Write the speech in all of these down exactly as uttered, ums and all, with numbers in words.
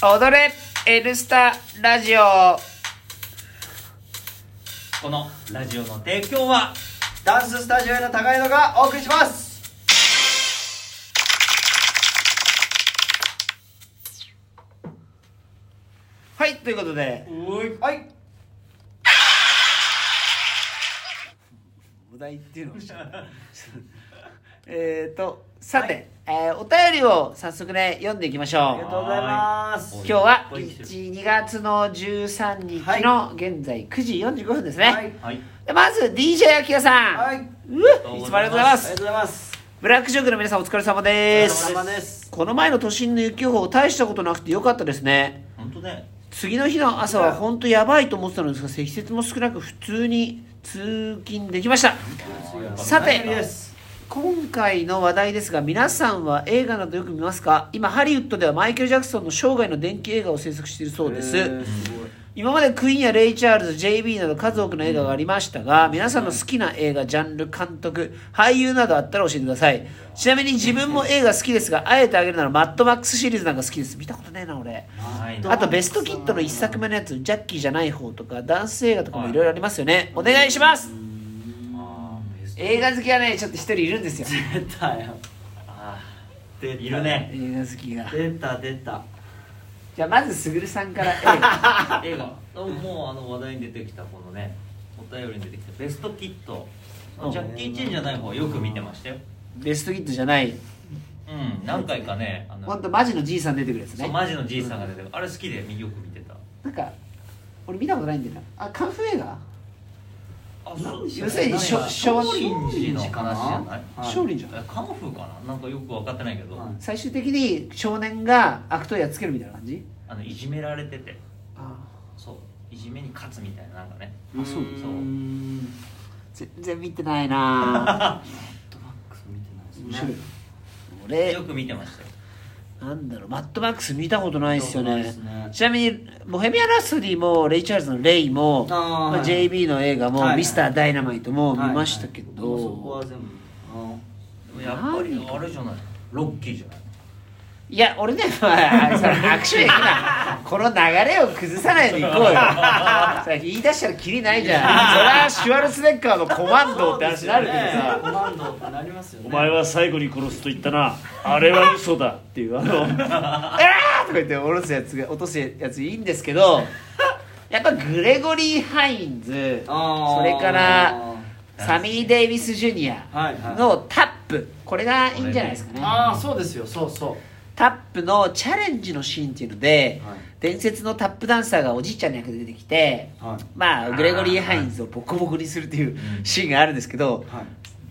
踊れ N スタラジオ。 このラジオの提供はダンススタジオへの高いのがお送りします。 はい、ということではい、 お題っていうのをえーとさて、はいえー、お便りを早速ね読んでいきましょう。 ありがとうございます。 今日はいち、にがつのじゅうさんにちの現在くじよんじゅうごふんですね。はいはい、でまず ディージェー あきらさん、はい、ういつもありがとうございます。 ありがとうございます。 ブラックジョークの皆さんお疲れ様です。 お疲れ様です。 この前の都心の雪予報大したことなくてよかったですね。 本当ね。 次の日の朝は本当やばいと思ってたのですが、積雪も少なく普通に通勤できました。さて今回の話題ですが、皆さんは映画などよく見ますか？今ハリウッドではマイケル・ジャクソンの生涯の伝記映画を制作しているそうです。今までクイーンやレイ・チャールズ、 ジェイビー など数多くの映画がありましたが、皆さんの好きな映画、ジャンル、監督、俳優などあったら教えてください。ちなみに自分も映画好きですが、あえてあげるならマッドマックスシリーズなんか好きです。見たことねえな俺。あとベストキッドのいっさくめのやつ、ジャッキーじゃない方とかダンス映画とかもいろいろありますよね。お願いします。映画好きはねちょっと一人いるんですよ。 出たよ。 あーいるね。 映画好きが出た出た。 じゃあまずすぐるさんから映画映画もうあの話題に出てきたこのね、お便りに出てきたベストキッド、ジャッキー・チェンじゃない方はよく見てましたよ。 ベストキッドじゃない、 うん何回かね、あのほんとマジのじいさん出てくるやつね。 そうマジのじいさんが出てくる、あれ好きでよく見てた。 なんか俺見たことないんだよな。あ、カンフー映画。 あ、そう要するに少林寺の話じゃない？ 少林じゃない？ カンフーかな、なんかよく分かってないけど、 最終的に少年が悪党やっつけるみたいな感じ。 あのいじめられてて、 あそういじめに勝つみたいな、なんかね。 あ、そうそう。全然見てないな。 マッドマックス見てないですね。面白い。 俺よく見てましたよ。 なんだろう、マッドマックス見たことないですよね。ちなみにボヘミアン・ラプソディもレイ・チャールズのレイも、まあ、ジェイビー の映画も、はいはい、ミスター・ダイナマイトも見ましたけど、はいはい、 そこは全部あやっぱりあれじゃない、ロッキーじゃない。 いや俺ね、まあ、そのアクション映画この流れを崩さないでいこうよ。さ言い出したらキリないじゃん。それはシュワルツェネッガーのコマンドって話になるけどさ、 コマンドってなりますよね。 お前は最後に殺すと言ったな、あれは嘘だっていう、あのあーとか言って落とすやつが落とすやついいんですけど、やっぱグレゴリー・ハインズ、それからサミー・デイビス・ジュニアのタップ、これがいいんじゃないですかね。 ああそうですよ、そうそう。 タップのチャレンジのシーンっていうので、はい、伝説のタップダンサーがおじいちゃんの役で出てきて、はい、まあグレゴリー・ハインズをボコボコにするっていうシーンがあるんですけど、はい、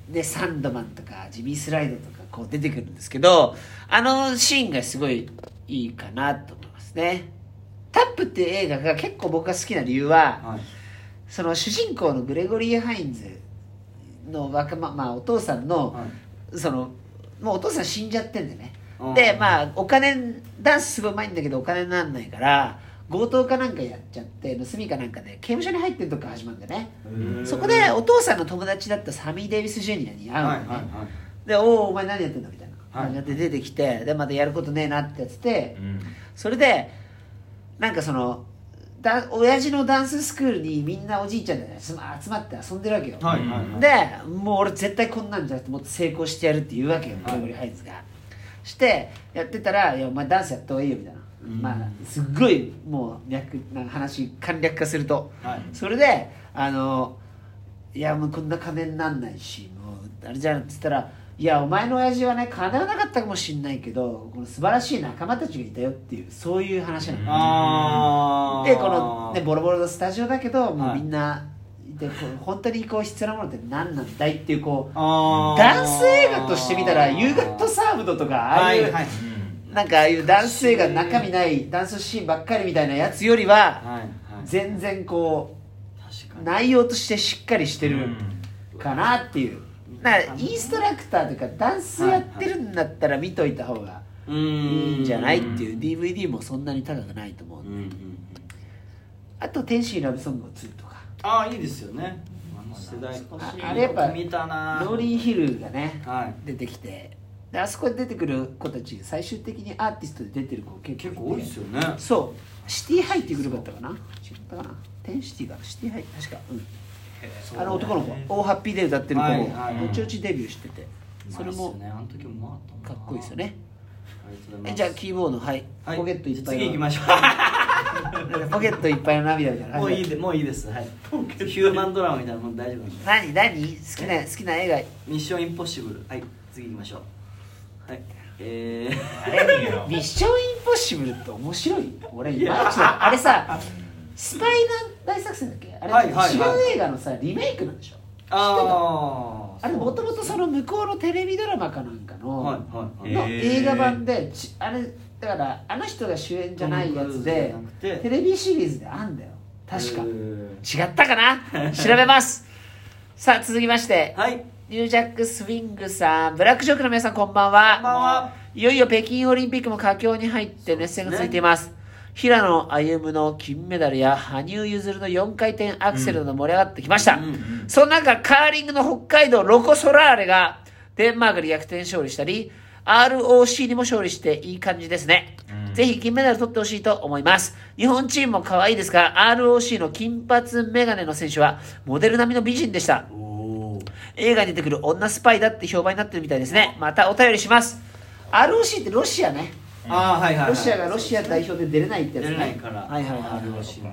でサンドマンとかジミー・スライドとかこう出てくるんですけど、あのシーンがすごいいいかなと思いますね。タップっていう映画が結構僕が好きな理由は、はい、その主人公のグレゴリー・ハインズの若、ままあ、お父さんの、はい、そのもうお父さん死んじゃってんでね。でまあお金ダンスすごいうまいんだけどお金になんないから強盗かなんかやっちゃって盗みかなんかで刑務所に入ってるとこから始まるんだね。そこでお父さんの友達だったサミー・デイビス・ジュニアに会うのね、はいはいはい、でおおお前何やってんだみたいな感じで出てきて、でまたやることねえなってやってて、うん、それでなんかそのだ親父のダンススクールにみんなおじいちゃんで、ね、集まって遊んでるわけよ、はいはいはい、でもう俺絶対こんなんじゃなくてもっと成功してやるって言うわけよ、グレゴリー・ハインズがしてやってたら、いやお前ダンスやった方がいいよみたいな、うん、まあすっごいもう略な話簡略化すると、はい、それであのいやもうこんな金になんないしもうあれじゃんって言ったら、いやお前の親父はね金はなかったかもしんないけどこの素晴らしい仲間たちがいたよっていうそういう話なの、 あでこの、ね、ボロボロのスタジオだけどもうみんな、はいでこう本当にこう必要なものって何なんだいっていうこうダンス映画として見たらユーガットサーブドとかああいう、はいはい、なんかああいうダンス映画中身ないダンスシーンばっかりみたいなやつよりは、はいはい、全然こう内容としてしっかりしてるかなっていう。だからインストラクターというかダンスやってるんだったら見といた方がいいんじゃないっていう。 ディーブイディー もそんなに高くないと思うんで、あと天使ラブソングをツーとか、 ああいいですよね。あの世代あ, あれやっぱローリー・ヒルがね、はい、出てきてであそこで出てくる子たち最終的にアーティストで出てる子結構結構多いですよね。 そうシティハイっていうグループだったかな違ったかなテンシティかなシティハイ確かうんあの男の子大ハッピーで歌ってる子も後々デビューしててそれもかっこいいですよね。えじゃあキーボードはいポケットいっぱい次行きましょうポケットいっぱいの涙みたいなう。もういいでもういいです。はいヒューマンドラマみたいなもん大丈夫です。 何何好きな好きな映画ミッションインポッシブル。はい次行きましょう。はいえーミッションインポッシブルって面白い俺いまいちだあれさスパイダー大作戦だっけあれ、はいはいはい、違う映画のさリメイクなんでしょ。ああれもともとその向こうのテレビドラマかなんかの,、はいはいはい、の映画版でちあれだからあの人が主演じゃないやつでテレビシリーズであんだよ確か違ったかな調べますさあ続きまして、はい、ニュージャックスウィングさんブラックジョークの皆さんこんばんは。こんばんはいよいよ北京オリンピックも佳境に入って熱戦が続いています。平野歩夢の金メダルや羽生結弦のよんかいてんアクセルなど盛り上がってきました、うんうんうん、その中カーリングの北海道ロコ・ソラーレがデンマークで逆転勝利したり アールオーシー にも勝利していい感じですね、うん、ぜひ金メダル取ってほしいと思います。日本チームも可愛いですが アールオーシー の金髪メガネの選手はモデル並みの美人でした。映画に出てくる女スパイだって評判になってるみたいですね。またお便りします。 アールオーシー ってロシアね。あはいはいはい、ロシアがロシア代表で出れないってやつね。出れないからはいはいはい。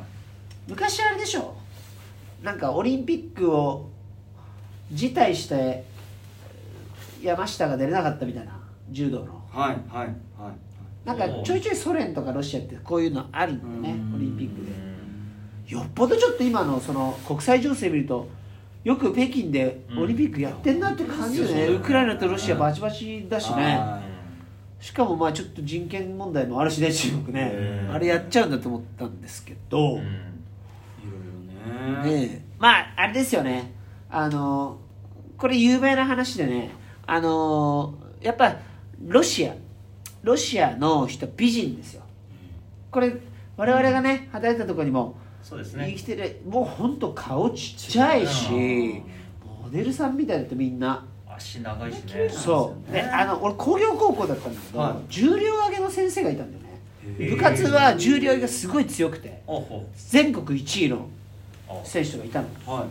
昔あれでしょなんかオリンピックを辞退して山下が出れなかったみたいな柔道のはいはいはいなんかちょいちょいソ連とかロシアってこういうのあるんだよねオリンピックで。よっぽどちょっと今のその国際情勢見るとよく北京でオリンピックやってんなって感じよね、うん、ウクライナとロシアバチバチだしね。しかもまあちょっと人権問題もあるしね中国ねあれやっちゃうんだと思ったんですけど、うん、いろいろねねまああれですよねあのこれ有名な話でねあのやっぱロシアロシアの人美人ですよ。これ我々がね働いたところにもそうですね生きてるもうほんと顔ちっちゃいしモデルさんみたいだってみんな足長いしね。 そうであの俺工業高校だったんだけど、はい、重量挙げの先生がいたんだよね。部活は重量挙げがすごい強くて全国いちいの選手がいたの、はい、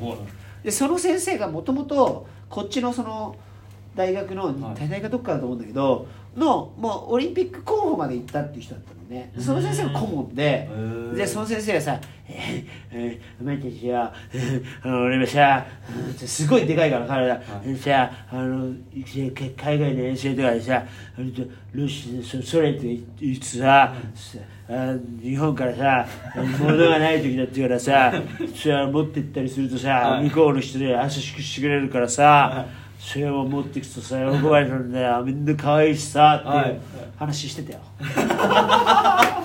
でその先生がもともとこっちのその大学の日体大かどっかだと思うんだけどのもうオリンピック候補まで行ったっていう人だったのね。その先生が顧問ででその先生がさ「えーえー、お前たちは、えー、あの俺はさすごいでかいから彼ら、はい、さあの海外の遠征とかでさロシアソ連と言ってさ、うん、あ日本からさ物がない時だってからさそれ持ってったりするとさ、はい、向こうの人で優しくしてくれるからさ、はいそれを持っていくとさ喜ばれるんだよみんな可愛いしさっていう話してたよ、はい、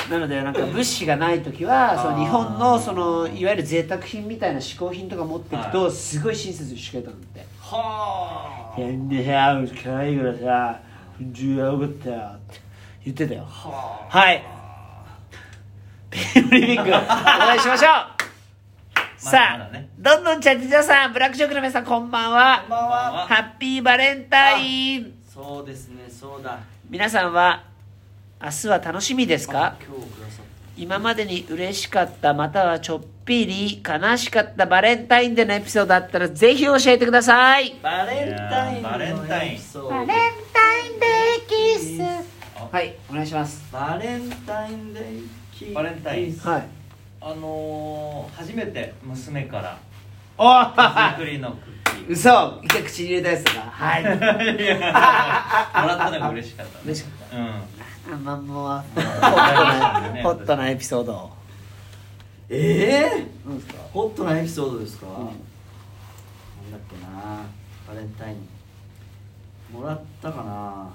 なのでなんか物資がない時はその日本のそのいわゆる贅沢品みたいな嗜好品とか持っていくとすごい親切にしてくれたんだってはあんでさ可愛いからさ重要よかったよって言ってたよはあはいペンオリンピックお願いしましょうさあ、まね、どんどんチャッチャさんブラックジョークの皆さんこんばんは。こんばんは。ハッピーバレンタイン。 そうですねそうだ。 皆さんは明日は楽しみですか？今日ください。今までに嬉しかったまたはちょっぴり悲しかったバレンタインデーのエピソードあったらぜひ教えてください。 バレンタインバレンタインバレンタインデーキスはいお願いします。 バレンタインデーキスバレンタインはいあのー、初めて娘からお手作りのクッキー嘘一回口に入れたやつだなはいいやもらったのが嬉しかった嬉しかったうんまあもうホットなエピソードええー、なんですかホットなエピソードですか、うん、なんだっけなバレンタインもらったかな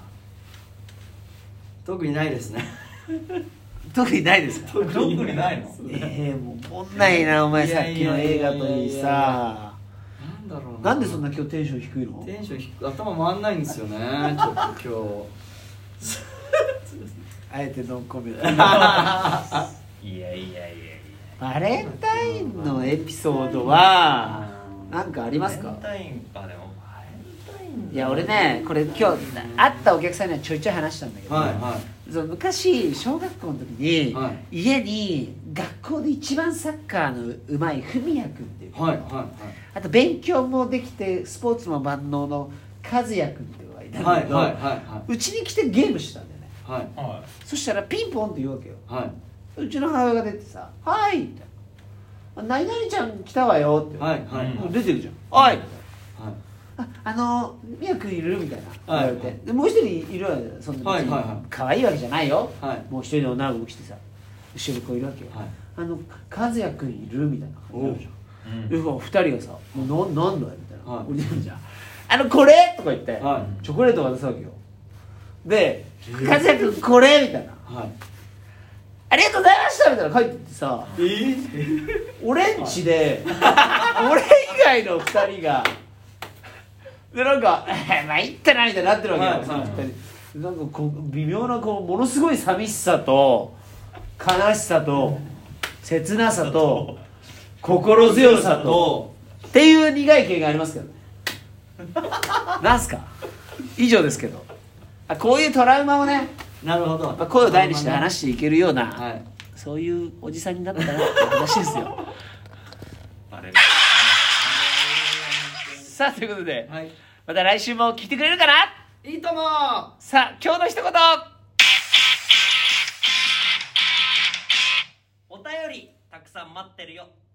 特にないですね特にないですか特にないのええー、もうこんないなお前さっきの映画といいさなんだろうななんでそんな今日テンション低いのテンション低い頭回んないんですよねちょっと今日あえてノンコメントいやいやいやいやバレンタインのエピソードは何かありますか？ バレンタインかでもバレンタインいや俺ねこれ今日会ったお客さんにはちょいちょい話したんだけど、 はいはい、 その昔小学校の時に、はい、家に学校で一番サッカーのうまい文也君っていう、はいはいはい、あと勉強もできてスポーツも万能の和也君っていうのがいたんだけど、はいはいはいはい、うちに来てゲームしてたんだよね、はいはい、そしたらピンポンって言うわけよ、はい、うちの母親が出てさ「はい」みたいな「何々ちゃん来たわよ」って、はいはいはい、出てるじゃん「はい」みたいな、はい、あ, あの宮君いるみたいな言われて、はい、でもう一人いるわけだよそんな別に、はいはいはい、可愛いわけじゃないよ、はい、もう一人の女の子も来てさ後ろにこういるわけよ、はい、あの和也君いるみたいな感じで、うん、二人がさ「もうななんだよ」みたいな、はい、俺じゃんあのこれとか言って、はい、チョコレート渡すわけよで「和也君これ」みたいな、はい、ありがとうございましたみたいな帰ってってさ、えー、俺んちで、はい、俺以外の二人がでなんか「まあいったな」みたいになってるわけよ、はい、その二人なんかこう微妙なこうものすごい寂しさと悲しさと切なさと心強さとっていう苦い経験がありますけどねなんすか以上ですけどあこういうトラウマをねなるほど、 まあ、声を大にして話していけるような、はい、そういうおじさんになったなって話ですよさあということで、はい、また来週も聞いてくれるかな。 いいとも。 さあ今日の一言お便りたくさん待ってるよ。